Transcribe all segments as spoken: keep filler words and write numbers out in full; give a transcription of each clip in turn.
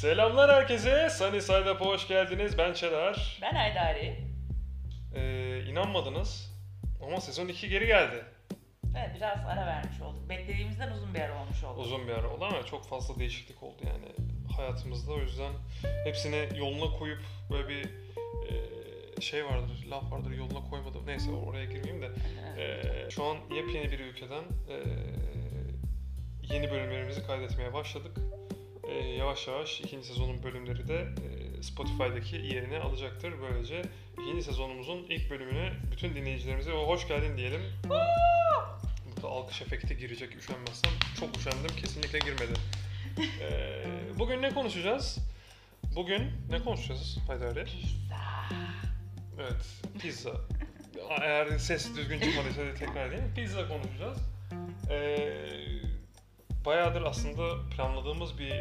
Selamlar herkese. Sunny Side Up'a hoş geldiniz. Ben Çedar. Ben Haydari. Ee, inanmadınız ama sezon iki geri geldi. Evet, biraz ara vermiş olduk. Beklediğimizden uzun bir ara olmuş oldu. Uzun bir ara oldu ama çok fazla değişiklik oldu yani hayatımızda. O yüzden hepsini yoluna koyup böyle bir e, şey vardır, laf vardır, yoluna koymadım. Neyse oraya girmeyeyim de. E, şu an yepyeni bir ülkeden e, yeni bölümlerimizi kaydetmeye başladık. E, yavaş yavaş ikinci sezonun bölümleri de e, Spotify'daki yerini alacaktır. Böylece yeni sezonumuzun ilk bölümüne bütün dinleyicilerimize hoş geldin diyelim. Burada alkış efekti girecek üşenmezsem. Çok üşendim, kesinlikle girmedi. E, bugün ne konuşacağız? Bugün ne konuşacağız Haydari? Pizza. Evet, pizza. Eğer ses düzgün çıkmadıysa da tekrar edeyim. Pizza konuşacağız. Ee, bayağıdır aslında planladığımız bir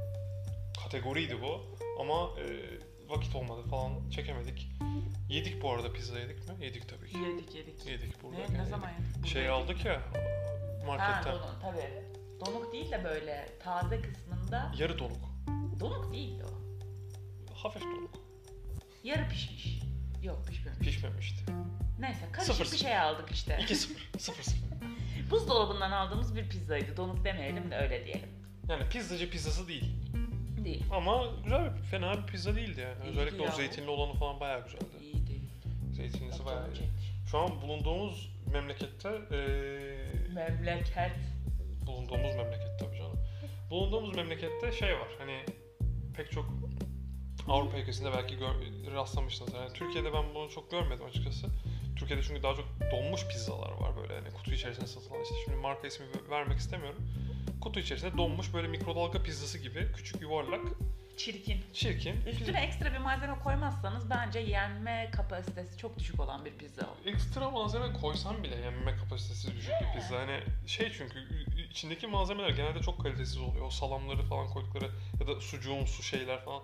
kategoriydi bu. Ama e, vakit olmadı falan, çekemedik. Yedik bu arada, pizza yedik mi? Yedik tabii ki. Yedik yedik. Yedik burada. Ne, ne zaman yedik? Şey Burada aldık ya Ha, marketten. donuk tabii. Donuk değil de böyle taze kısmında. Yarı donuk. Donuk değil o. Hafif donuk. Yarı pişmiş. Yok, pişmemiş. Pişmemişti. Neyse, karışık Sıfır bir şey aldık işte. iki sıfır. sıfır sıfır. Buzdolabından aldığımız bir pizzaydı. Donuk demeyelim de öyle diyelim. Yani pizzacı pizzası değil. Değil. Ama güzel bir, fena bir pizza değildi yani. İyiydi Özellikle ya o bu. zeytinli olanı falan bayağı güzeldi. İyi değil. Zeytinlisi bayağı Canım iyi. çekti. Şu an bulunduğumuz memlekette, ee, Memleket. bulunduğumuz memleket tabii canım. Bulunduğumuz memlekette şey var, hani pek çok Avrupa ülkesinde belki gör, rastlamışsınız. Yani Türkiye'de ben bunu çok görmedim açıkçası. Türkiye'de çünkü daha çok donmuş pizzalar var böyle, hani kutu içerisinde satılan, işte şimdi marka ismi vermek istemiyorum. Kutu içerisinde donmuş böyle mikrodalga pizzası gibi küçük yuvarlak, Çirkin. çirkin. Üstüne ekstra bir malzeme koymazsanız bence yenme kapasitesi çok düşük olan bir pizza o. Ekstra malzeme koysam bile yenme kapasitesi düşük bir pizza. Hani şey, çünkü içindeki malzemeler genelde çok kalitesiz oluyor. O salamları falan koydukları ya da sucuğumsu şeyler falan.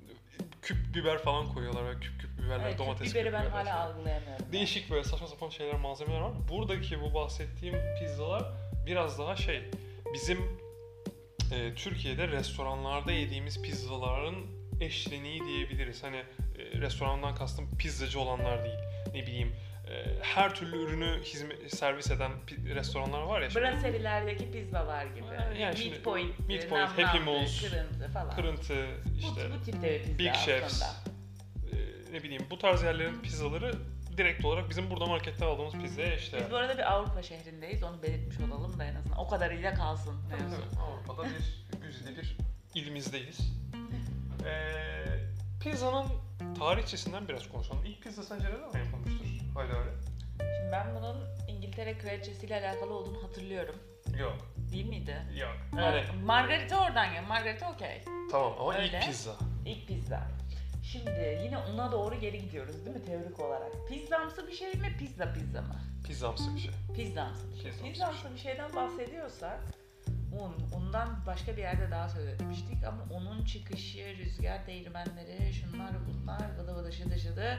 Küp biber falan koyuyorlar böyle, küp küp biberler, Evet, domates küp biberi ben biberler hala falan. algılayamıyorum. Değişik böyle saçma sapan şeyler, malzemeler var. Buradaki bu bahsettiğim pizzalar biraz daha şey, bizim e, Türkiye'de restoranlarda yediğimiz pizzaların eşleniği diyebiliriz. Hani e, restorandan kastım pizzacı olanlar değil. Ne bileyim, e, her türlü ürünü hizmet, servis eden pi- restoranlar var ya. Şimdi, Brasserilerdeki pizzalar gibi. Yani şimdi Meatpoint, Meatpoint, Happy Meals, kırıntı falan. Kırıntı, işte bu, bu tipte bir pizza Big Chefs, aslında. e, ne bileyim bu tarz yerlerin pizzaları direkt olarak bizim burada markette aldığımız pizzaya eşdeğer. Biz bu arada bir Avrupa şehrindeyiz. Onu belirtmiş olalım da en azından. O kadarıyla kalsın. Tabii, mevzu. tabii. Avrupa'da bir güzide bir ilimizdeyiz. Ee, pizzanın tarihçesinden biraz konuşalım. İlk pizza sence ne zaman yapılmıştır? Haydi öyle. Şimdi ben bunun İngiltere kraliçesiyle alakalı olduğunu hatırlıyorum. Yok. Değil miydi? Yok. Yani... Yani Margarita oradan gel. Margarita okey. tamam ama Öyle. ilk pizza. İlk pizza. Şimdi yine una doğru geri gidiyoruz değil mi teorik olarak? Pizzamsı bir şey mi? Pizza pizza mı? Pizzamsı bir şey. Pizzamsı bir şey. Pizzamsı bir Pizzamsı şey. bir şeyden bahsediyorsak un, undan başka bir yerde daha söz etmiştik ama unun çıkışı, rüzgar değirmenleri, şunlar bunlar, vıdı vıdı şıdı şıdı.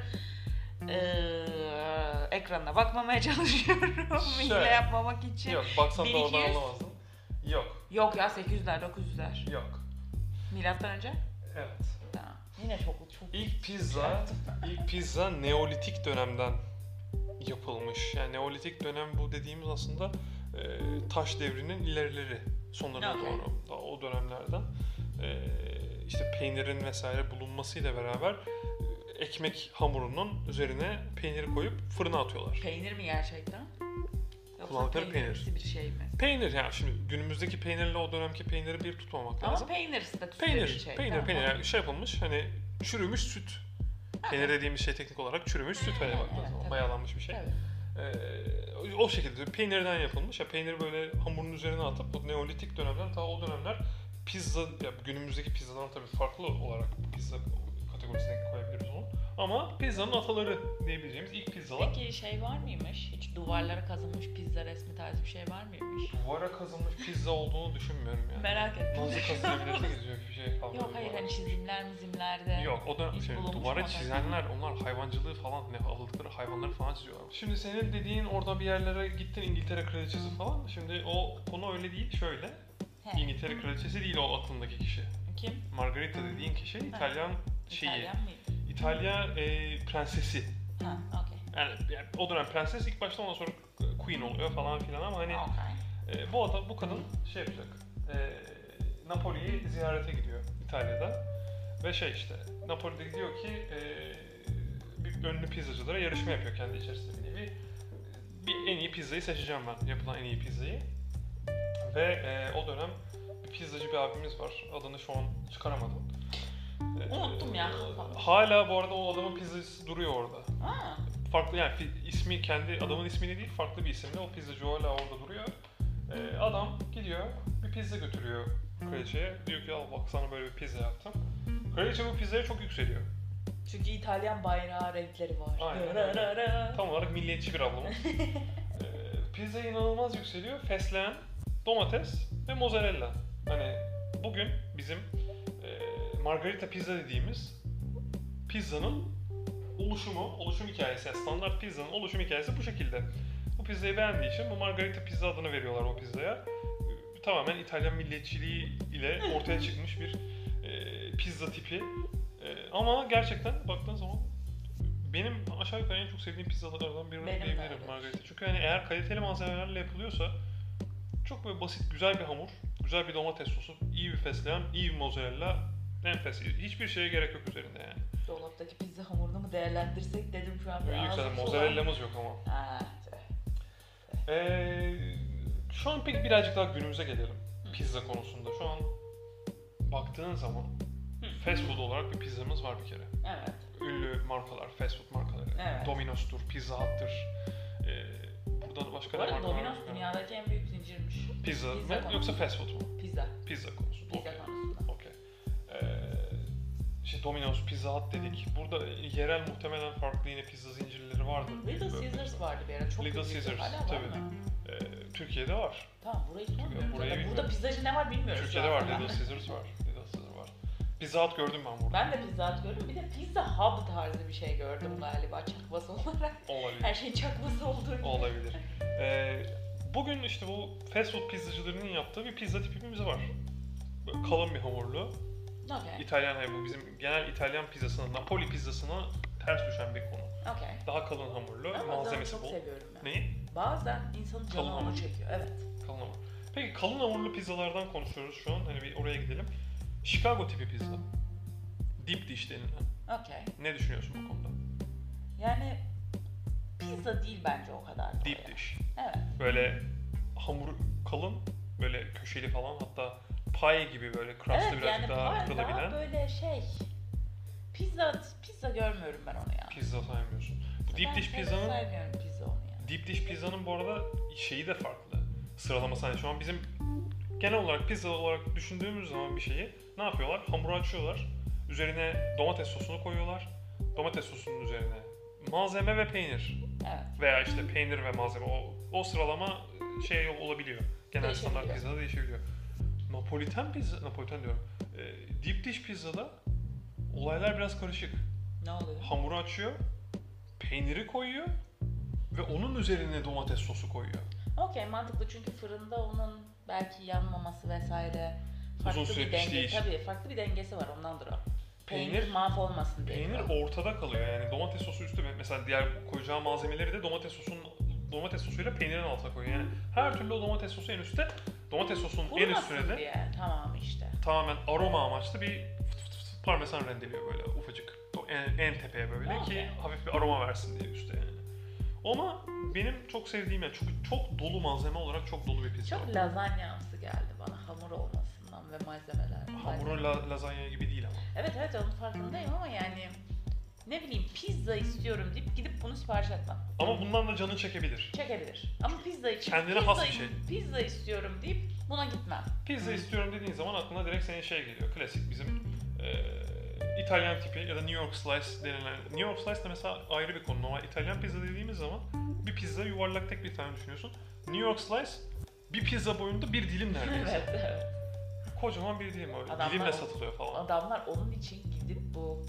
Ee, ekranına bakmamaya çalışıyorum hile yapmamak için. Yok, baksan bin da iki oradan yüz anlamazdın. Yok. Yok ya sekiz yüzler, dokuz yüzler. Yok. Milattan önce? Evet. Tamam. Yine çok çok. İlk pizza, ilk pizza Neolitik dönemden yapılmış. Yani Neolitik dönem bu dediğimiz aslında e, taş devrinin ilerileri, sonlarına Okay. doğru, daha o dönemlerden. E, işte peynirin vesaire bulunmasıyla beraber e, ekmek hamurunun üzerine peyniri koyup fırına atıyorlar. Peynir mi gerçekten? Yoksa Kullandıkları peynir. peynirimsi bir şey mi? Peynir, yani şimdi günümüzdeki peynirle o dönemki peyniri bir tutmamak Ama lazım. peynir statüsünde Peynir, bir şey. peynir, Tamam. peynir. Yani şey yapılmış, hani çürümüş süt. Peynir dediğimiz şey teknik olarak çürümüş süt, hani Evet, baktığınız zaman tabii. mayalanmış bir şey. Evet. Ee, o şekilde peynirden yapılmış. Ya peynir böyle hamurun üzerine atıp bu Neolitik dönemler, ta o dönemler pizza, ya günümüzdeki pizzadan tabii farklı olarak pizza kategorisine koyabiliriz onu. Ama pizzanın ataları diyebileceğimiz ilk pizzalar. Peki şey var mıymış? Hiç duvarlara kazınmış pizza resmi tarzı bir şey var mıymış? Duvara kazınmış pizza olduğunu düşünmüyorum yani. Merak ettim. Nasıl kazıyabilirsiniz diyor bir şey kalmadı. Yok hayır duvara. hani çizimler mizimlerde. Yok, o da hiç şey, bulunmuş duvara mu? çizenler, onlar hayvancılığı falan, ne aldıkları hayvanları falan çiziyorlar. Şimdi senin dediğin, orada bir yerlere gittin, İngiltere kraliçesi falan. Şimdi o konu öyle değil, şöyle. He. İngiltere kraliçesi değil o aklındaki kişi. Kim? Margarita dediğin kişi İtalyan şeyi. İtalyan mıydı? İtalya e, prensesi. Ha, okey. Yani, yani o dönem prenses ilk başta ondan sonra queen oluyor falan filan ama hani Okay. e, bu adam bu kadın şey yapacak. E, Napoli'yi ziyarete gidiyor İtalya'da ve şey işte Napoli'de gidiyor ki e, bir ünlü pizzacılara yarışma yapıyor kendi içerisinde bir nevi. Bir en iyi pizzayı seçeceğim ben, yapılan en iyi pizzayı. Ve e, o dönem bir pizzacı bir abimiz var. Adını şu an çıkaramadım. E, Unuttum ya. Hala bu arada o adamın pizzası duruyor orada. Ha. Farklı yani ismi kendi adamın ismini değil farklı bir isimle o pizzacı hala orada duruyor. Ee, adam gidiyor bir pizza götürüyor kraliçeye. Diyor ki al bak sana böyle bir pizza yaptım. Kraliçe bu pizzaya çok yükseliyor. Çünkü İtalyan bayrağı renkleri var. Aynen. Ra ra ra. Tam olarak milliyetçi bir ablamız. ee, pizza inanılmaz yükseliyor. Fesleğen, domates ve mozzarella. Hani bugün bizim e, margarita pizza dediğimiz pizzanın oluşumu, oluşum hikayesi, yani standart pizzanın oluşum hikayesi bu şekilde. Bu pizzayı beğendiği için bu margarita pizza adını veriyorlar o pizzaya. Ee, Tamamen İtalyan milliyetçiliği ile ortaya çıkmış bir e, pizza tipi. E, ama gerçekten baktığın zaman benim aşağı yukarı en çok sevdiğim pizzalardan biri Benim de diyebilirim öyle. margarita. Çünkü hani eğer kaliteli malzemelerle yapılıyorsa çok böyle basit, güzel bir hamur, güzel bir domates sosu, iyi bir fesleğen, iyi bir mozzarella, enfes. Hiçbir şeye gerek yok üzerinde yani. Dolaptaki pizza hamurunu mu değerlendirsek dedim şu an. Büyük zaten mozzarella'mız yok ama. Ha, Ee, şu an peki birazcık daha günümüze gelelim pizza konusunda. Şu an baktığın zaman fast food olarak bir pizzamız var bir kere. evet. Ünlü markalar, fast food markaları. Evet. Domino's'tur, Pizza Hut'tır. Ee, burada başka Bu ne arada marka var? Domino's dünyadaki en büyük zincirmiş. Pizza, Pizza mı konusunda. yoksa fast food mu? Pizza. Pizza konusunda. Pizza Okey. konusunda. Okey. Ee, işte Domino's, Pizza Hut dedik. Burada yerel muhtemelen farklı yine pizza zincirleri vardır. Little Böyle- Caesars vardı bir ara. Çok Little ünlüydü. Caesars, Hala var tabii. mı? Ee, Türkiye'de var. Tamam burayı sormuyorum. Burayı zaten. bilmiyorum. Burada pizzacı ne var bilmiyoruz. Türkiye'de şu var, an. Little Caesars var. Little Caesars var. Pizza Hut gördüm ben burada. Ben de Pizza Hut gördüm. Bir de Pizza Hub tarzı bir şey gördüm galiba çakması olarak. Olabilir. Her şeyin çakması olduğu gibi. Olabilir. Ee, bugün işte bu fast food pizzacılarının yaptığı bir pizza tipimiz var. Böyle kalın bir hamurlu. Okay. İtalyan, yani bu bizim genel İtalyan pizzasına, Napoli pizzasına ters düşen bir konu. Okay. Daha kalın hamurlu, Ama malzemesi çok bol. seviyorum ben. Neyi? Bazen insanın Kalın canı onu hamur. çekiyor. Evet. Kalın hamur. Peki kalın hamurlu pizzalardan konuşuyoruz şu an. Hani bir oraya gidelim. Chicago tipi pizza. Deep dish denilen. Okay. Ne düşünüyorsun bu konuda? Yani pizza değil bence o kadar. da o Deep ya. dish. Evet. Böyle hamur kalın, böyle köşeli falan, hatta pie gibi böyle crust'ı Evet birazcık yani daha daha, kılabilen daha böyle şey. Pizza pizza görmüyorum ben onu ya. pizza saymıyorsun. Bu deep Ben dish pek pizzanın saymıyorum pizza onu ya. deep dish pizzanın bu arada şeyi de farklı. Sıralaması, hani şu an bizim genel olarak pizza olarak düşündüğümüz zaman bir şeyi ne yapıyorlar? Hamuru açıyorlar. Üzerine domates sosunu koyuyorlar. Domates sosunun üzerine malzeme ve peynir. Evet. Veya işte peynir ve malzeme. O, o sıralama şey olabiliyor. Genel standart Değişebiliyor. pizzada değişebiliyor. Napoliten pizza, Napoliten diyorum. E, deep dish pizzada olaylar biraz karışık. Ne oluyor? Hamuru açıyor, peyniri koyuyor ve onun üzerine domates sosu koyuyor. Okey mantıklı çünkü fırında onun belki yanmaması vesaire farklı Uzun süre bir denge, piştiği için. tabii farklı bir dengesi var ondandır o. Peynir, Peynir- mahvolmasın diye. Peynir ortada kalıyor, yani domates sosu üstü, mesela diğer koyacağı malzemeleri de domates sosunun domates sosuyla peynirin altına koyuyor. Yani her türlü o domates sosu en üstte, domates sosunun en üstüne Kurumasın de diye. Tamam işte. tamamen aroma amaçlı bir fıt fıt fıt parmesan rendeliyor böyle ufacık. O En, en tepeye böyle Okey. ki hafif bir aroma versin diye üstte yani. Ama benim çok sevdiğim, yani çok, çok dolu malzeme olarak çok dolu bir pizza. Çok lazanyamsı geldi bana hamur olmasından ve malzemeler. Hamuru la, lazanya gibi değil ama. Evet evet onun farkındayım ama yani ne bileyim pizza istiyorum deyip gidip bunu sipariş etmem. Ama bundan da canın çekebilir. Çekebilir. Ama pizza için Kendine pizza, has bir şey. Pizza istiyorum deyip buna gitmem. Pizza istiyorum dediğin zaman aklına direkt senin şey geliyor. Klasik bizim e, İtalyan tipi ya da New York Slice denilen. New York Slice de mesela ayrı bir konu. Normal İtalyan pizza dediğimiz zaman bir pizza yuvarlak tek bir tane düşünüyorsun. New York Slice bir pizza boyunda bir dilim neredeyse. evet evet. Kocaman bir dilim öyle. Adamlar Dilimle o- satılıyor falan. Adamlar onun için gidip bu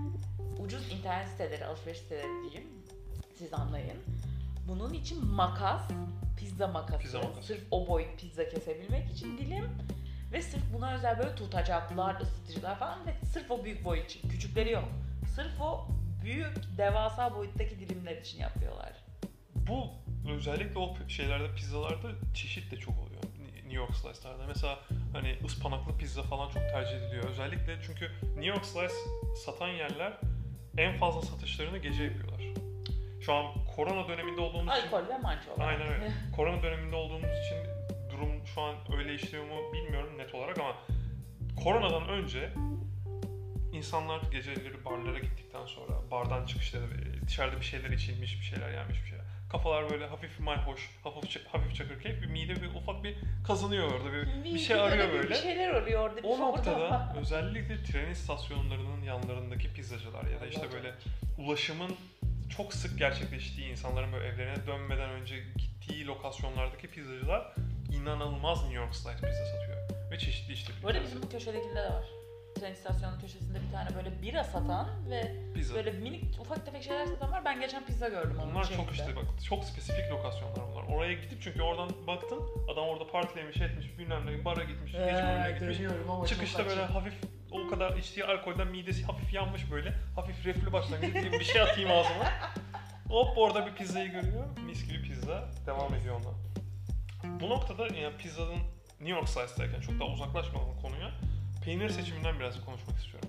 ucuz internet siteleri, alışveriş siteleri diyeyim. Siz anlayın. Bunun için makas, pizza makası, Pizza makası. sırf o boyut pizza kesebilmek için dilim Ve sırf buna özel böyle tutacaklar, ısıtıcılar falan ve sırf o büyük boy için. Küçükleri yok. Sırf o büyük, devasa boyuttaki dilimler için yapıyorlar. Bu özellikle o şeylerde, pizzalarda çeşit de çok oluyor. New York Slice'larda. Mesela hani ıspanaklı pizza falan çok tercih ediliyor. Özellikle çünkü New York Slice satan yerler en fazla satışlarını gece yapıyorlar. Şu an korona döneminde olduğumuz için... Alkol ve manço olarak. Aynen öyle. Korona döneminde olduğumuz için durum şu an öyle işliyor mu bilmiyorum net olarak ama koronadan önce insanlar geceleri barlara gittikten sonra bardan çıkışları, dışarıda bir şeyler içilmiş, bir şeyler yenmiş bir şeyler. Kafalar böyle hafif mayhoş, hafif, hafif çakır keyif, bir mide bir ufak bir kazanıyor orada, bir, bir şey arıyor böyle. Bir şeyler arıyor orada. Bir o şey noktada orada. özellikle tren istasyonlarının yanlarındaki pizzacılar ya da işte böyle ulaşımın çok sık gerçekleştiği, insanların böyle evlerine dönmeden önce gittiği lokasyonlardaki pizzacılar inanılmaz New York Slice pizza satıyor. Ve çeşitli işte. Bu arada bizim bu köşedekinde de var. Tren istasyonunun köşesinde bir tane böyle bira satan ve Pizza. böyle minik ufak tefek şeyler satan var. Ben geçen pizza gördüm onun Bunlar şeyinde. çok işte bak çok spesifik lokasyonlar bunlar. Oraya gidip çünkü oradan baktın adam orada partilemiş etmiş bilmem ne bara gitmiş gece bölümüne gitmiş. Ama Çıkışta böyle hafif o kadar içtiği alkolden midesi hafif yanmış böyle hafif reflü başlangıcı diye bir şey atayım ağzıma. Hop orada bir pizzayı görüyor. Mis gibi pizza devam ediyor ondan. Bu noktada yani pizzanın New York Slice'dayken çok daha uzaklaşmadan konuya peynir seçiminden biraz konuşmak istiyorum.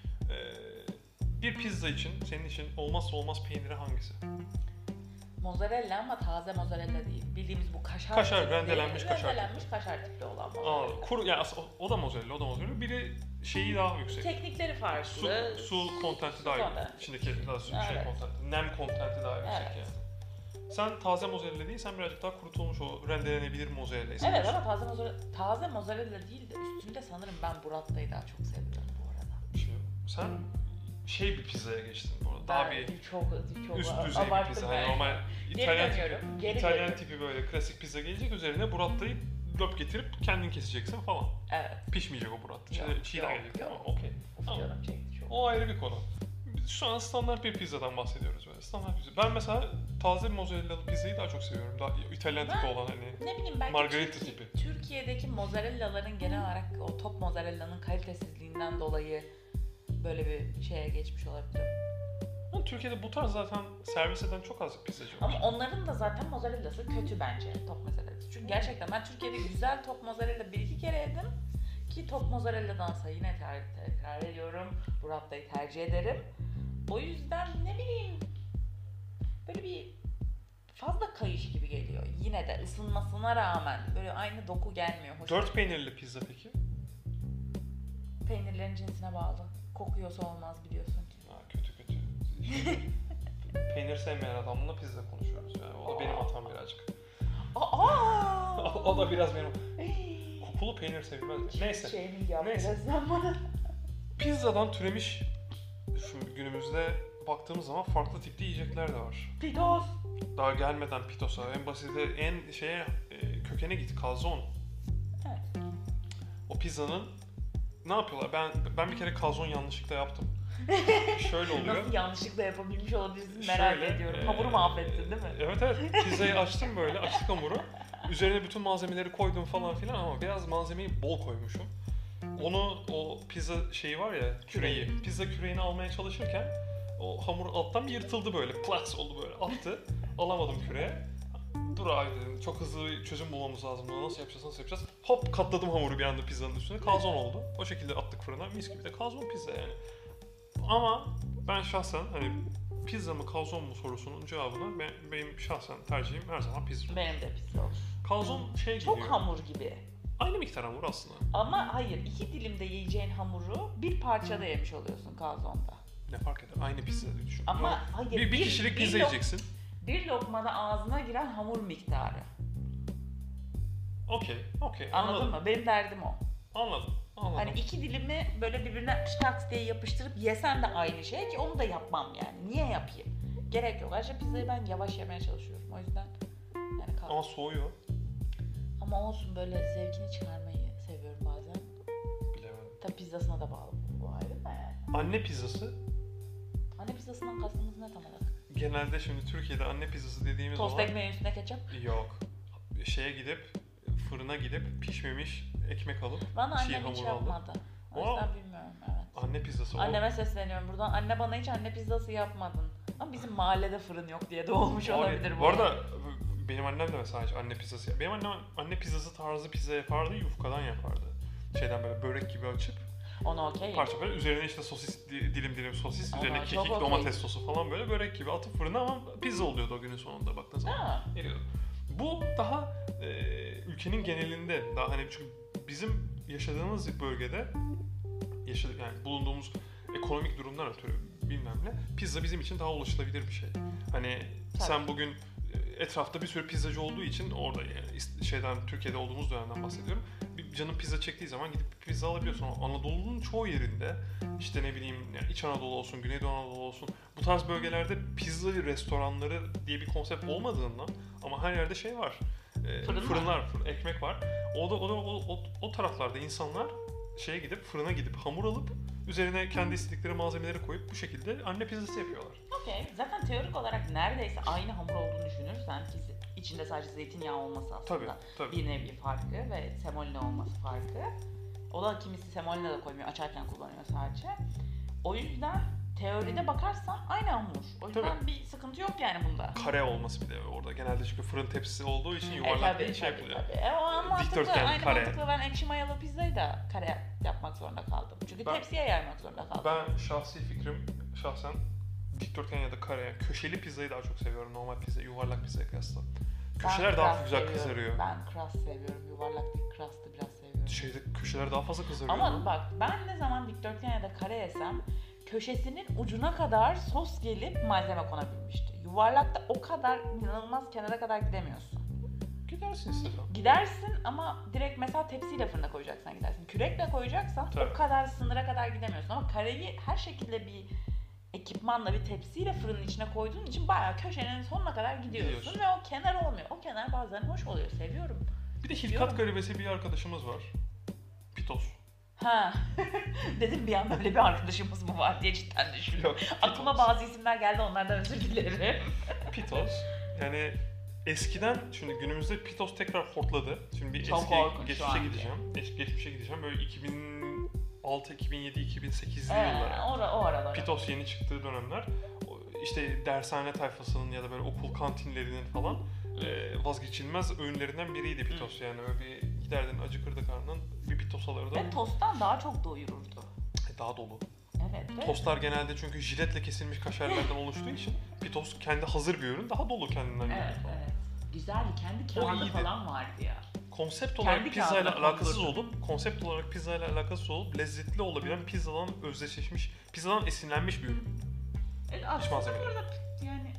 Ee, bir pizza için, senin için olmazsa olmaz peyniri hangisi? Mozzarella ama taze mozzarella değil. Bildiğimiz bu kaşar Kaşar, tipli, rendelenmiş kaşar rendelenmiş kaşar tipli olan mozzarella. Aa, kuru, yani aslında o, o da mozzarella, o da mozzarella. Biri şeyi daha yüksek. Teknikleri farklı. Su, su kontenti Su daha kontenti. yüksek. İçindeki daha su, şey Evet. kontenti, nem kontenti daha yüksek Evet. yani. Sen taze mozzarella değil, sen birazcık daha kurutulmuş o rendelenebilir mozzarella Evet istiyorsun. ama taze mozzarella, taze mozzarella değil de üstünde sanırım ben burratayı daha çok seviyorum bu arada. Şimdi sen şey bir pizzaya geçtin bu arada. Daha Ben bir çok, çok üst düzey bir abarttım pizza. ben. Hani normal Geri İtalyan dönüyorum, tipi, geri İtalyan dönüyorum. tipi böyle klasik pizza gelecek, üzerine burattayı löp getirip kendin keseceksin falan. Evet. Pişmeyecek o burat. Yok, Çiğ, çiğden yok, gelecek yok. tamam okey. Uf Tamam. canım çekti çok. O ayrı bir konu. Biz şu an standart bir pizzadan bahsediyoruz böyle. Standart pizza. Ben mesela taze mozzarellalı pizzayı daha çok seviyorum. Daha İtalyan tipi Ben- olan hani. Ne bileyim belki Margarita Türkiye- tipi. Türkiye'deki mozzarellaların genel olarak o top mozzarellanın kalitesizliğinden dolayı böyle bir şeye geçmiş olabilir. Ama Türkiye'de bu tarz zaten servis eden çok az pizzacı var. Ama onların da zaten mozzarellası kötü bence top mozzarellası. Çünkü gerçekten ben Türkiye'de güzel top mozzarella bir iki kere yedim. Ki top mozzarelladansa yine ter- tekrar ediyorum. Buratta'yı tercih ederim. O yüzden ne bileyim böyle bir fazla kayış gibi geliyor. Yine de ısınmasına rağmen böyle aynı doku gelmiyor. Hoş Dört peynirli pizza peki? Peynirlerin cinsine bağlı. Kokuyorsa olmaz biliyorsun ki. Ha, kötü kötü. Şimdi peynir sevmeyen adamla pizza konuşuyoruz yani. O da benim hatam birazcık. Aa! o da biraz benim. Kokulu peynir sevilmez mi? Neyse. Shaming yaptı Neyse. resmen bana. Pizzadan türemiş şu günümüzde baktığımız zaman farklı tipli yiyecekler de var. Pitos. Daha gelmeden pitosa, en basiti en şeye e, kökene git, calzone. Evet. O pizzanın ne yapıyorlar? Ben ben bir kere calzone yanlışlıkla yaptım. Şöyle oluyor. Nasıl yanlışlıkla yapabilmiş olabilirsin merak Şöyle, ediyorum. e, Hamuru mahvettin değil mi? Evet evet. Pizzayı açtım böyle, açtık hamuru. Üzerine bütün malzemeleri koydum falan filan ama biraz malzemeyi bol koymuşum. Onu o pizza şeyi var ya, küreği. Pizza küreğini almaya çalışırken o hamur alttan bir yırtıldı böyle. Plaks oldu böyle. Attı. Alamadım küreğe. Dur abi dedim. Çok hızlı çözüm bulmamız lazım. Bunu nasıl yapacağız, nasıl yapacağız? Hop katladım hamuru bir anda pizzanın üstüne. Kalzon oldu. O şekilde attık fırına. Mis gibi de kalzon pizza yani. Ama ben şahsen hani pizza mı kalzon mu sorusunun cevabına ben, benim şahsen tercihim her zaman pizza. Benim de pizza olur. Kalzon şey Çok geliyor. hamur gibi. Aynı miktar hamur aslında. Ama hayır, iki dilimde yiyeceğin hamuru bir parçada yemiş oluyorsun kalzonda. Ne fark eder? Aynı pizza düşün. Ama Ama hayır, bir, bir kişilik pizza bir, lok- yiyeceksin. bir lokmada ağzına giren hamur miktarı. Okey, okey. Anladın Anladım. mı? Benim derdim o. Anladım. Anladım. Hani iki dilimi böyle birbirine şaks diye yapıştırıp yesen de aynı şey ki onu da yapmam yani. Niye yapayım? Gerek yok. Ayrıca pizzayı ben yavaş yemeye çalışıyorum. O yüzden yani kal. Ama soğuyor. Ama olsun böyle zevkini çıkarmayı seviyorum bazen. Bilemedim. Tabii pizzasına da bağlı bu ayrı da yani. Anne pizzası. Anne pizzasından kastımız ne tam olarak? Genelde şimdi Türkiye'de anne pizzası dediğimiz Tost zaman ekmeğin üstüne ketçap. yok. Şeye gidip fırına gidip pişmemiş ekmek alıp Bana çiğ annem hiç hamur alıp. yapmadı. O O- yüzden bilmiyorum, evet. Anne pizzası. Anneme sesleniyorum buradan. Anne bana hiç anne pizzası yapmadın. Ama bizim mahallede fırın yok diye de olmuş Abi, olabilir bu. Bu arada benim annem de mesela hiç anne pizzası yap. Benim annem anne pizzası tarzı pizza yapardı, yufkadan yapardı. Şeyden böyle börek gibi açıp Ona okey. parça böyle üzerine işte sosis di- dilim dilim sosis, Ama üzerine çok kekik, okey. domates sosu falan böyle börek gibi atıp fırına ama pizza oluyordu o günün sonunda baktığın zaman. Ha. Eriyordu. Bu daha e, ülkenin genelinde daha hani çünkü bizim yaşadığımız bölgede yaşadık yani bulunduğumuz ekonomik durumdan ötürü bilmem ne pizza bizim için daha ulaşılabilir bir şey. Hani Tabii. sen bugün e, etrafta bir sürü pizzacı olduğu için orada yani is- şeyden Türkiye'de olduğumuz dönemden bahsediyorum. Bir canın pizza çektiği zaman gidip bir pizza alabiliyorsun. Ama Anadolu'nun çoğu yerinde işte ne bileyim yani İç Anadolu olsun, Güneydoğu Anadolu olsun bu tarz bölgelerde pizza restoranları diye bir konsept olmadığından ama her yerde şey var. E, Fırın fırınlar, fır- ekmek var. O da o da o, o, o taraflarda insanlar şeye gidip fırına gidip hamur alıp üzerine kendi istedikleri malzemeleri koyup bu şekilde anne pizzası yapıyorlar. Okey. Zaten teorik olarak neredeyse aynı hamur olduğunu düşünürsen ki içinde sadece zeytinyağı olması aslında Tabii, tabii. bir nevi farkı ve semolina olması farkı. O da kimisi semolina da koymuyor, açarken kullanıyor sadece. O yüzden teoride bakarsan aynı hamur. O yüzden Tabii. bir sıkıntı yok yani bunda. Kare olması bir de orada genelde çünkü fırın tepsisi olduğu için E yuvarlak tabii, bir şey tabii, yapılıyor. tabii. E, o an mantıklı. Dikdörtgen, Aynı kare. mantıklı. Ben ekşi mayalı pizzayı da kare yapmak zorunda kaldım. Çünkü Ben- tepsiye yaymak zorunda kaldım. Ben şahsi fikrim şahsen dikdörtgen ya da kare, köşeli pizzayı daha çok seviyorum normal pizza, yuvarlak pizzaya kıyasla. Ben Köşeler daha crust güzel seviyorum. kızarıyor. Ben crust seviyorum. Yuvarlak değil, crust'ı biraz seviyorum. Şeyde köşeler daha fazla kızarıyor. Ama bak ben ne zaman dikdörtgen ya da kare yesem köşesinin ucuna kadar sos gelip malzeme konabilmişti. Yuvarlakta o kadar inanılmaz kenara kadar gidemiyorsun. Gidersin istesen. Gidersin ama direkt mesela tepsiyle fırına koyacaksan gidersin. Kürekle koyacaksan Tabii. o kadar sınıra kadar gidemiyorsun. Ama kareyi her şekilde bir ekipmanla bir tepsiyle fırının içine koyduğun için bayağı köşenin sonuna kadar gidiyorsun. Gidiyorsun. Ve o kenar olmuyor. O kenar bazen hoş oluyor. Seviyorum. Bir de İstiyorum. Hilkat garibesi bir arkadaşımız var. Pitos. Ha. Dedim bir an böyle bir arkadaşımız mı var diye cidden düşündüm. Yok. Aklıma bazı isimler geldi, onlardan özür dilerim. Pitos. Yani eskiden şimdi günümüzde Pitos tekrar hortladı. Şimdi bir Çok eski korkunç şu geçmişe anki. gideceğim. Eski geçmişe gideceğim. Böyle iki bin altı, iki bin yedi, iki bin sekizli Ee, yıllara. o, o aralar. Pitos yeni çıktığı dönemler. o- işte dershane tayfasının ya da böyle okul kantinlerinin falan e, vazgeçilmez öğünlerinden biriydi Pitos. Yani öyle bir giderdin acıkırdı karnın bir Pitos alırdın. Ve tosttan daha çok doyururdu. E, daha dolu. Evet. Ve Tostlar genelde çünkü jiletle kesilmiş kaşarlardan oluştuğu için Pitos kendi hazır bir ürün daha dolu kendinden. Evet, yani. evet. Güzeldi. Kendi O kağıdı iyiydi. falan vardı ya. Konsept Kendi olarak pizzayla kağıdına alakasız konulurdu. olup, konsept olarak pizzayla alakasız olup lezzetli olabilen pizzadan özdeşleşmiş, pizzadan esinlenmiş bir ürün. E, aslında malzeme. burada yani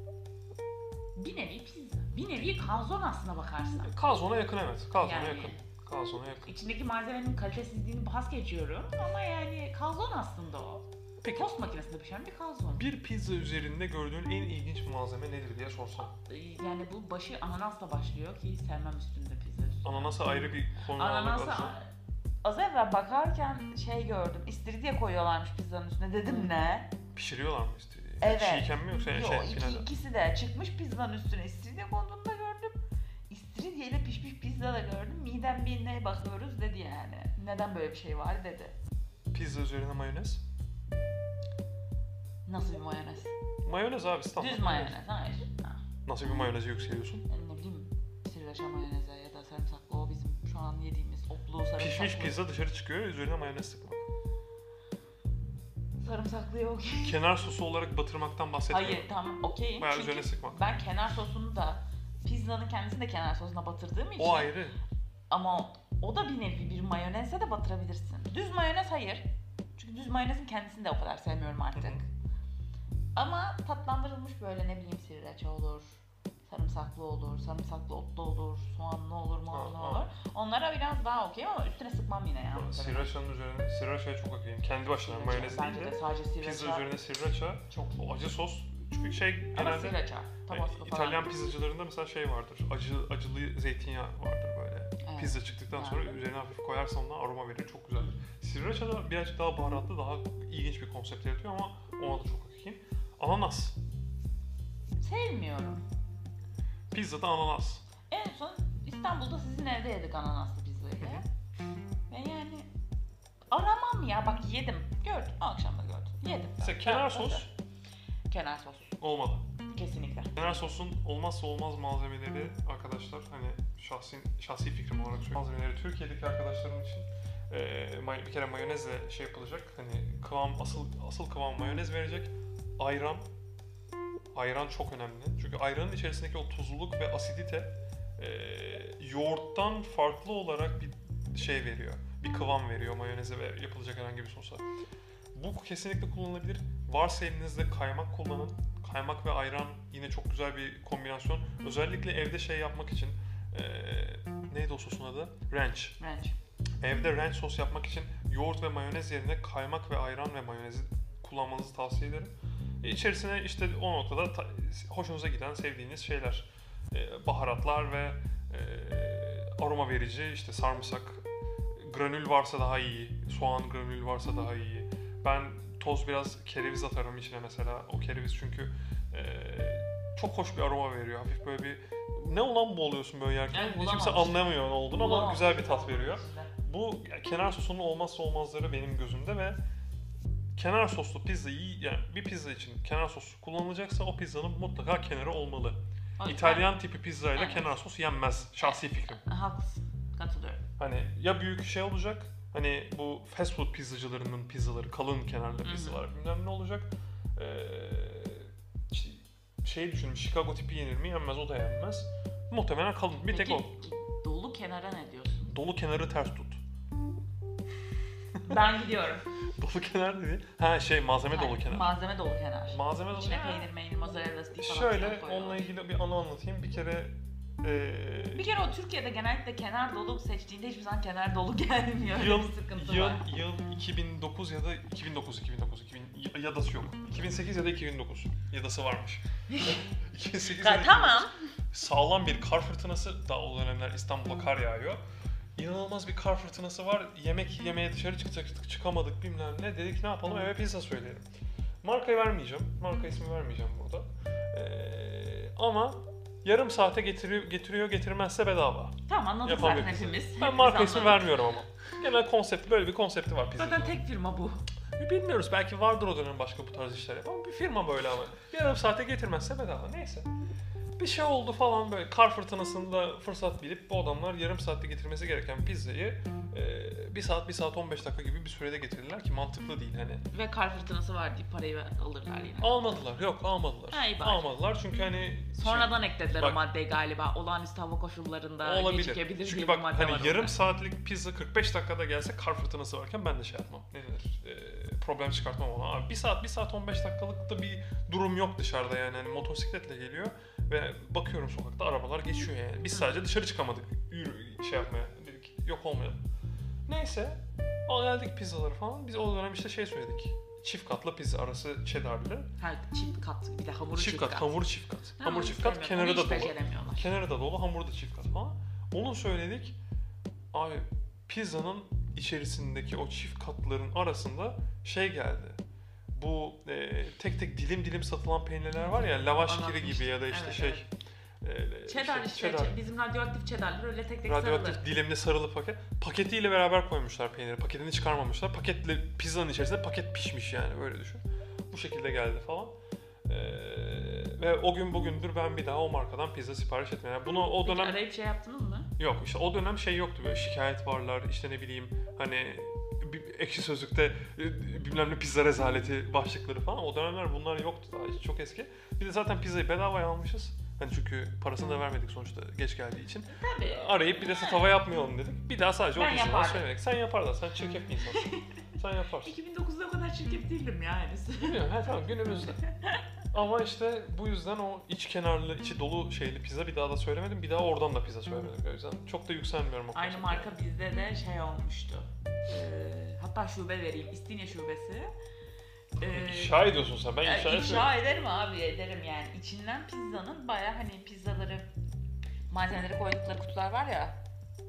bir nevi pizza. Bir nevi kalzon aslına bakarsan. Calzone'a yakın evet. Calzone'a Yani. yakın. Calzone'a yakın. İçindeki malzemenin kalitesizliğini pas geçiyorum ama yani kalzon aslında o. Peki Tost makinesinde pişen bir kalzon. bir pizza üzerinde gördüğün en ilginç malzeme nedir diye sorsam. Yani bu başı ananasla başlıyor ki sevmem üstünde pizza üstünde. Ananasa ayrı bir konu almak Ananası lazım. az evvel bakarken şey gördüm. İstiridye koyuyorlarmış pizzanın üstüne. Dedim ne? Pişiriyorlar mı istediği? Evet. Çiğken mi yoksa Yo, şey iki, finalde? ikisi de çıkmış pizzanın üstüne istiridye konduğunu da gördüm. İstiridye ile pişmiş pizza da gördüm. Midem bir ne bakıyoruz dedi yani. Neden böyle bir şey var dedi. Pizza üzerine mayonez. Nasıl bir mayonez? Mayonez abi standart. Düz mayonez. Hayır. Ha. Nasıl bir mayoneze yükseliyorsun? Yani ne bileyim sriracha mayoneze ya da sarımsaklı o bizim şu an yediğimiz otlu sarımsaklı. Pişmiş pizza dışarı çıkıyor üzerine mayonez sıkmak. Sarımsaklı yok. Kenar sosu olarak batırmaktan bahsetmiyorum. Hayır tamam okeyim. Bayağı Çünkü üzerine sıkmak. ben kenar sosunu da pizzanın kendisini de kenar sosuna batırdığım için. O ayrı. Ama o, o da bir nevi bir mayonezle de batırabilirsin. Düz mayonez hayır. Çünkü düz mayonezin kendisini de o kadar sevmiyorum artık. Hı hı. Ama tatlandırılmış böyle ne bileyim sriracha olur, sarımsaklı olur, sarımsaklı otlu olur, soğanlı olur, muanlı Ha, ha. olur. Onlara biraz daha okey ama üstüne sıkmam yine ya. Sriracha'nın üzerine, Sriracha'ya çok okuyayım. Kendi başına mayonez değil Bence de. de sadece Pizza sriracha üzerine sriracha, çok o acı sos. Çünkü şey ama genelde sriracha, e, tabasco falan. İtalyan pizzacılarında mesela şey vardır. Acı acılı zeytinyağı vardır böyle. Evet. Pizza çıktıktan Yani. sonra üzerine hafif koyarsan ondan aroma verir. Çok güzeldir. Sriracha da birazcık daha baharatlı, daha ilginç bir konsept yaratıyor ama ona da çok okuyayım. Ananas. Sevmiyorum. Pizzada ananas. En son İstanbul'da sizin evde yedik ananaslı pizzayı. Ve yani aramam ya. Bak yedim. Gördün. Akşam da gördün. Yedim. Mesela kenar sos Kenar sos. olmalı. Kesinlikle. Kenar sosun olmazsa olmaz malzemeleri arkadaşlar, hani şahsi, şahsi fikrim olarak söylüyorum. Malzemeleri Türkiye'deki arkadaşlarım için e, bir kere mayonezle şey yapılacak. Hani kıvam, asıl asıl kıvam mayonez verecek. Ayran. Ayran çok önemli. Çünkü ayranın içerisindeki o tuzluluk ve asidite e, yoğurttan farklı olarak bir şey veriyor. Bir kıvam veriyor mayoneze ve yapılacak herhangi bir sosa. Bu kesinlikle kullanılabilir. Varsa elinizde kaymak kullanın. Kaymak ve ayran yine çok güzel bir kombinasyon. Özellikle evde şey yapmak için e, neydi o sosun adı? Ranch. Ranch. Evde ranch sos yapmak için yoğurt ve mayonez yerine kaymak ve ayran ve mayonezi kullanmanızı tavsiye ederim. E, içerisine işte o noktada ta, hoşunuza giden, sevdiğiniz şeyler. E, baharatlar ve e, aroma verici, işte sarımsak, granül varsa daha iyi, soğan granül varsa daha iyi. Ben toz biraz kereviz atarım içine mesela. O kereviz çünkü e, çok hoş bir aroma veriyor. Hafif böyle bir ne olan bu oluyorsun böyle yerken. Yani Hiç kimse anlamıyor ne olduğunu ama güzel bir tat veriyor. Bu yani kenar sosunun olmazsa olmazları benim gözümde ve kenar soslu pizza iyi, yani bir pizza için kenar sos kullanılacaksa o pizzanın mutlaka kenarı olmalı. O, İtalyan ben, tipi pizzayla evet. kenar sos yenmez. Şahsi fikrim. Haklısın. Katılıyorum. Hani ya büyük şey olacak, hani bu fast food pizzacılarının pizzaları, kalın kenarlı pizzalar bilmem ne olacak. Ee, şey düşünün, Chicago tipi yenir mi? Yenmez, o da yenmez. Muhtemelen kalın. Bir Peki, tek o. Dolu kenara ne diyorsun? Dolu kenarı ters tut. Ben gidiyorum. Dolu kenar dedi. Ha şey malzeme Hayır, dolu kenar. Malzeme dolu kenar. Malzeme dolu İçine kenar. peynir, meynir, mozzarella stick falan Şöyle filan koyuyorlar. onunla ilgili bir anı anlatayım. Bir kere ee, Bir kere o Türkiye'de genellikle kenar dolu seçtiğinde hiçbir zaman kenar dolu gelmiyor. Öyle Yıl, bir sıkıntı yıl, var. yıl iki bin dokuz ya da iki bin dokuz, iki bin dokuz, iki bin yadası yok. iki bin sekiz ya da iki bin dokuz yadası varmış. iki bin sekiz ya da Tamam. iki bin dokuz. Sağlam bir kar fırtınası, daha o dönemler İstanbul'a kar yağıyor. İnanılmaz bir kar fırtınası var. Yemek yemeye dışarı çıkacaktık, çıkamadık bilmem ne. Dedik ne yapalım, eve pizza söyleyelim. Markayı vermeyeceğim. Marka ismi vermeyeceğim burada. Ee, ama yarım saate getiriyor, getiriyor getirmezse bedava. Tamam, anladık Yapan zaten bir pizza. hepimiz. Ben Hepimiz marka ismi anladık. vermiyorum ama. Genel konsept, böyle bir konsepti var pizza. Zaten tek firma bu. Bilmiyoruz, belki vardır o dönem başka bu tarz işler yapan. Bir firma böyle ama. Yarım saate getirmezse bedava. Neyse. Bir şey oldu falan böyle. Kar fırtınasında fırsat bilip bu adamlar yarım saatte getirmesi gereken pizzayı e, bir saat, bir saat on beş dakika gibi bir sürede getirdiler ki mantıklı değil hani. Ve kar fırtınası var deyip parayı alırlar yine. Almadılar, yok almadılar. Ha, iyi bari. Almadılar çünkü hani... Sonradan eklediler bak, o maddeyi galiba. Olağanüstü hava koşullarında olabilir. gecikebilir diye Çünkü bir bak madde hani var yarım orada. saatlik pizza kırk beş dakikada gelse kar fırtınası varken ben de şey yapmam. Ne denir? E, problem çıkartmam ona. Abi bir saat, bir saat on beş dakikalık da bir durum yok dışarıda yani. Hani motosikletle geliyor ve bakıyorum sokakta arabalar geçiyor yani. Biz sadece dışarı çıkamadık. Yürü, şey yapmaya dedik. Yok olmayalım. Neyse. Al geldik pizzaları falan. Biz o dönem işte şey söyledik. Çift katlı pizza arası cheddarlı. Ha, çift kat. Bir de hamuru çift, Çift kat, kat. hamuru çift kat. Ha, Hamuru onu çift kat, sevmiyorum. kenarı Onu da hiç dolu. beceremiyorlar. Kenarı da dolu, hamuru da çift kat falan. Onu söyledik. Abi pizzanın içerisindeki o çift katların arasında şey geldi. Bu e, tek tek dilim dilim satılan peynirler var ya, lavaş kiri gibi ya da işte Evet, şey. evet. E, Cheddar işte, cheddar. bizim radyoaktif cheddarlar öyle tek tek Radyoaktif sarılı. dilimli sarılı paket. Paketiyle beraber koymuşlar peyniri. Paketini çıkarmamışlar. Paketle pizzanın içerisinde paket pişmiş yani, öyle düşün. Bu şekilde geldi falan. Ee, ve o gün bugündür ben bir daha o markadan pizza sipariş etmiyorum. Yani bunu o Peki dönem arayıp şey yaptınız mı? yok işte o dönem şey yoktu, böyle şikayet varlar işte ne bileyim hani bir ekşi sözlükte e, bilmem ne pizza rezaleti başlıkları falan, o dönemler bunlar yoktu daha, çok eski. Bir de zaten pizzayı bedavaya almışız. Hani çünkü parasını da vermedik sonuçta geç geldiği için. Tabii. Arayıp bir de tava yapmayalım dedik. Bir daha sadece Ben o pizzayı yapardım. söylemek. Sen yapardın, sen çirkef bir insansın. Sen yaparsın. iki bin dokuzda o kadar şirket değildim ya henüz. Bilmiyorum, he tamam günümüzde. Ama işte bu yüzden o iç kenarlı, içi dolu şeyli pizza bir daha da söylemedim. Bir daha oradan da pizza söylemedim. O yüzden çok da yükselmiyorum o Aynı konsepte. marka bizde de şey olmuştu. Ee, hatta şube vereyim. İstinye şubesi. Ee, İfşa ediyorsun sen, ben Ya, ifşa etmiyorum. ifşa ederim abi, ederim yani. İçinden pizzanın baya hani pizzaları, malzemeleri koydukları kutular var ya,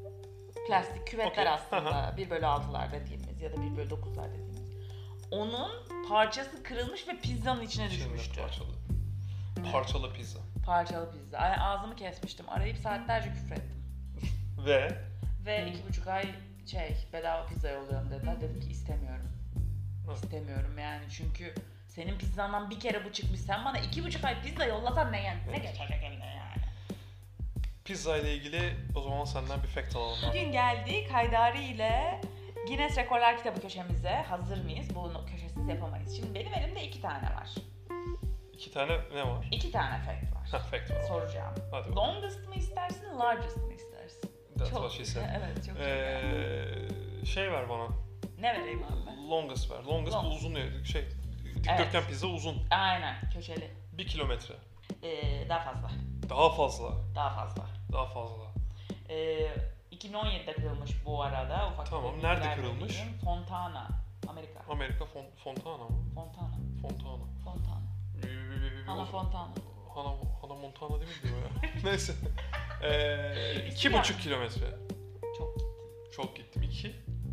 plastik küvetler Okey. aslında. bir bölü altılar dediğimiz ya da bir bölü dokuzlar dediğimiz. Onun parçası kırılmış ve pizzanın içine İçinde düşmüştü. parçalı. Parçalı pizza. Parçalı pizza. Ay, ağzımı kesmiştim. Arayıp saatlerce küfrettim. Ve Ve iki buçuk ay şey bedava pizza yolluyorum dediler. Dedim ki istemiyorum. Hı. İstemiyorum yani çünkü senin pizzandan bir kere bu çıkmış. Sen bana iki buçuk ay pizza yollasan ne yani? Ne geçecek eline yani? Pizza ile ilgili o zaman senden bir fact alalım. Bugün geldik Haydari ile Guinness Rekorlar Kitabı köşemize. Hazır mıyız? Bunu köşesiz yapamayız. Şimdi benim elimde iki tane var. İki tane ne var? İki tane fact var. Ha, fact var. Soracağım. Hadi bakalım. Longest mı istersin, largest mı istersin? That's çok, what she said. evet çok çok. Ee, şey ver bana. Ne vereyim abi? Longest ver. Longest Long. bu uzun ya. Şey, dikdörtgen Evet. pizza uzun. Aynen, köşeli. Bir kilometre. Ee, daha fazla. Daha fazla. Daha fazla. Daha fazla. Ee, iki bin on yedide kırılmış bu arada. Ufak Tamam, bir nerede bilgiler kırılmış? vereyim. Fontana, Amerika. Amerika Fon- Fontana mı? Fontana. Fontana. Fontana. Hana Fontana. Hana, Hana Montana değil miydi o ya? Neyse. Ee, iki buçuk kilometre. Çok gittim. Çok gittim. İki.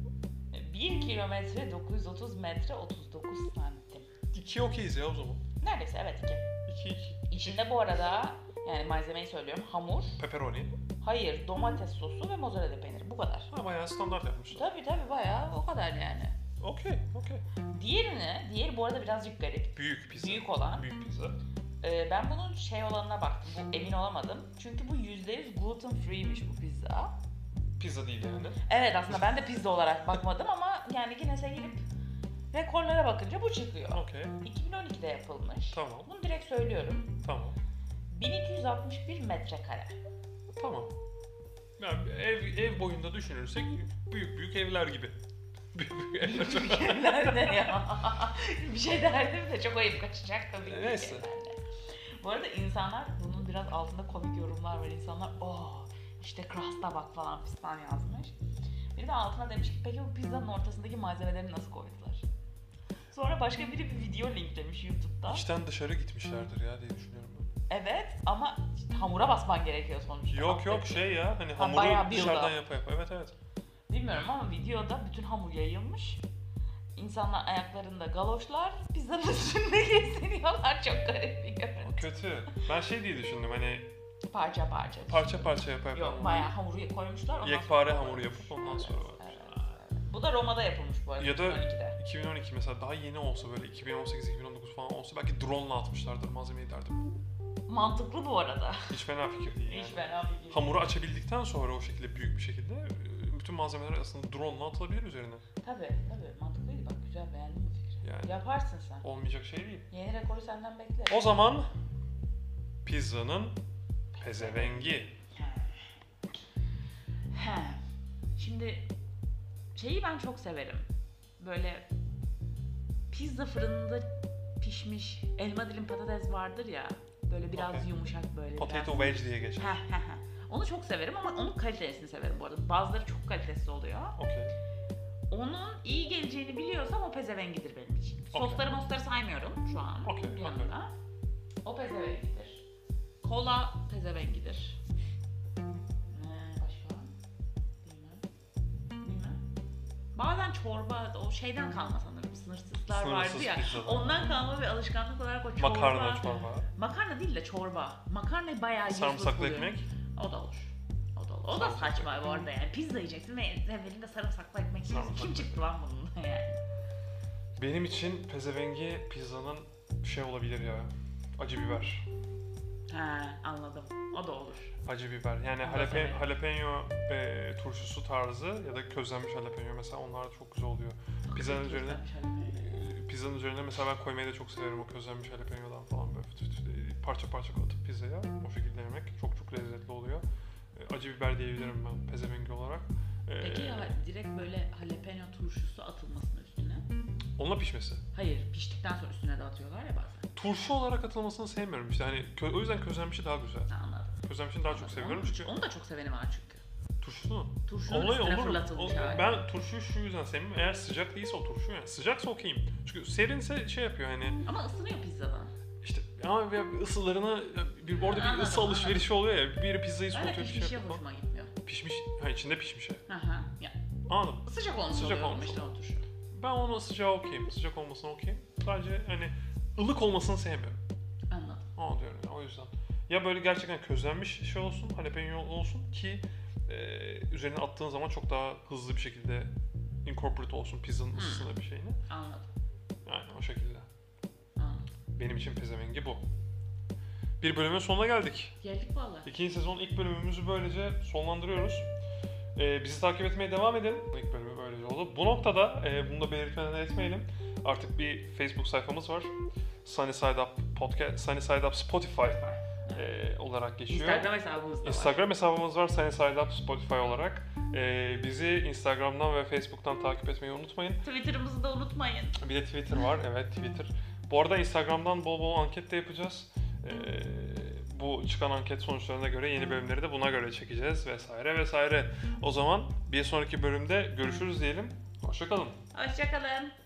bir kilometre dokuz yüz otuz metre otuz dokuz santim. İki okeyiz ya o zaman. Neredeyse evet iki. İki iki. İçinde bu arada yani malzemeyi söylüyorum hamur, Pepperoni. hayır domates sosu ve mozzarella peyniri bu kadar. Ha bayağı standart yapmışlar. Tabii tabii bayağı o kadar yani. Okey, okey. Diğerini, diğeri bu arada birazcık garip. Büyük pizza. Büyük olan. Büyük pizza. Ee, ben bunun şey olanına baktım, bu emin olamadım. Çünkü bu yüzde yüz gluten free'miş bu pizza. Pizza değil yani. Evet aslında ben de pizza olarak bakmadım ama yani Guinness'e girip rekorlara bakınca bu çıkıyor. Okey. iki bin on ikide yapılmış. Tamam. Bunu direkt söylüyorum. Tamam. bin iki yüz altmış bir metrekare. Tamam. Yani ev ev boyunda düşünürsek büyük büyük evler gibi. Büyük büyük evler. Büyük evler ne ya? Bir şey derdim de çok ayıp kaçacak tabii ki. Neyse. evlerle. Bu arada insanlar bunun biraz altında komik yorumlar var. İnsanlar oh işte crust'a bak falan fistan yazmış. Biri de altına demiş ki peki bu pizzanın ortasındaki malzemeleri nasıl koydular? Sonra başka biri bir video linklemiş YouTube'da. İçten dışarı gitmişlerdir ya diye düşünüyorum ben. Evet ama işte hamura basman gerekiyor sonuçta. Yok yok Alttaki. şey ya hani Ha, bayağı hamuru build dışarıdan up. yapa yapa. Evet evet. Bilmiyorum ama videoda bütün hamur yayılmış. İnsanlar ayaklarında galoşlar, pizzanın üstünde geziniyorlar. Çok garip bir görüntü. Kötü. Ben şey diye düşündüm hani Parça parça. parça parça yapa yapa. Yok bayağı hamuru koymuşlar. ondan Yekpare sonra- hamuru yapıp ondan Evet, sonra. evet, evet. Bu da Roma'da yapılmış bu arada. Ya da iki bin on ikide. iki bin on iki mesela daha yeni olsa böyle iki bin on sekiz iki bin on dokuz falan olsa belki drone'la atmışlardır malzemeyi derdim. Mantıklı bu arada. Hiç fena fikir değil yani. Hiç fena bir değil. Hamuru açabildikten sonra o şekilde büyük bir şekilde bütün malzemeler aslında drone'la atılabilir üzerine. Tabii tabii mantıklıydı bak güzel beğendim bu fikri. Yani. Yaparsın sen. Olmayacak şey değil. Yeni rekoru senden beklerim. O zaman pizzanın pezevengi. He. Şimdi şeyi ben çok severim. Böyle pizza fırınında pişmiş elma dilim patates vardır ya. Böyle biraz Okey. yumuşak böyle. Potato biraz... wedge diye geçer. Heh, heh, heh. Onu çok severim ama onun kalitesini severim bu arada. Bazıları çok kalitesiz oluyor. Okey. Onun iyi geleceğini biliyorsam o pezevengidir benim için. Okey. Sosları mosları saymıyorum şu an Okey, bir yanında. O pezevengidir. Kola pezevengidir. Ne başka? Bilmem. Bilmem. Bazen çorba o şeyden kalma sanırım. Sınırsızlar Sınırsız vardı ya. pizzadan. Ondan kalma bir alışkanlık olarak o çorba. Makarna çorba. Makarna değil de çorba. Makarnayı bayağı useless Sarımsaklı buluyorum. ekmek. O da olur. O da olur. O da Sarımsaklı saçma ekmek. bu arada yani. Pizza yiyeceksin ve evvelinde sarımsaklı ekmek yiyorsun. Sarımsaklı Kim çıktı lan bununla yani? Benim için pezevengi pizzanın şey olabilir ya. Acı biber. Ha anladım. O da olur. Acı biber. Yani Onu da jalape, severim. jalapeno e, turşusu tarzı ya da közlenmiş jalapeno mesela onlar da çok güzel oluyor. Pizzanın üzerine e, pizzanın üzerine mesela ben koymayı da çok severim o közlenmiş jalapeno'dan falan böyle fıt fıt fıt, e, parça parça atıp pizzaya o şekilde yemek çok çok lezzetli oluyor. E, acı biber diyebilirim ben pezevengi olarak. E, Peki ya direkt böyle jalapeno turşusu atılmasını üstüne? Onunla pişmesi. Hayır, piştikten sonra üstüne de atıyorlar ya bazen. Turşu olarak atılmasını sevmiyorum işte hani kö- o yüzden közlenmişi daha güzel. Ha, anladım. Közlenmişini daha çok Anladım. seviyorum Onu, çünkü onu da çok sevenim var çünkü. turşusu mu? Turşunun Olay üstüne olur. fırlatılmış O- hali. Ben turşuyu şu yüzden sevmiyorum. Eğer sıcak değilse o turşu yani. Sıcaksa okeyim. Çünkü serinse şey yapıyor hani Ama ısınıyor pizzadan. işte ama bir ısılarını bir orada bir Anladım, ısı alışverişi oluyor ya. Biri pizzayı Öyle soğutuyor bir şey pişmiş ya yapıyor falan. hoşuma gitmiyor. Pişmiş, ha içinde pişmiş ya. Hı hı. Ya, Anladım. sıcak olmuş Sıcak oluyor olmuş işte o turşu. Ben onun sıcağı okeyim. Sıcak olmasına okeyim. Sadece hani ılık olmasını sevmiyorum. Anladım. Onu diyorum yani o yüzden. Ya böyle gerçekten közlenmiş şey olsun, jalapeno olsun ki e, üzerine attığın zaman çok daha hızlı bir şekilde incorporate olsun pizzanın Hmm. ısısına bir şeyini. Anladım. Yani o şekilde. Anladım. Benim için pezevengi bu. Bir bölümün sonuna geldik. Geldik valla. İkinci sezon ilk bölümümüzü böylece sonlandırıyoruz. Ee, bizi takip etmeye devam edin. İlk bölümü böylece oldu. Bu noktada e, bunu da belirtmeden etmeyelim. Artık bir Facebook sayfamız var. Sunny Side Up Podcast, Sunny Side Up Spotify e, olarak geçiyor. Instagram hesabımız da var. Instagram hesabımız var Sunny Side Up Spotify olarak. E, bizi Instagram'dan ve Facebook'tan takip etmeyi unutmayın. Twitter'ımızı da unutmayın. Bir de Twitter var. Evet, Twitter. Bu arada Instagram'dan bol bol anket de yapacağız. Ee, bu çıkan anket sonuçlarına göre yeni bölümleri de buna göre çekeceğiz vesaire vesaire. O zaman bir sonraki bölümde görüşürüz diyelim. Hoşça kalın. Hoşçakalın.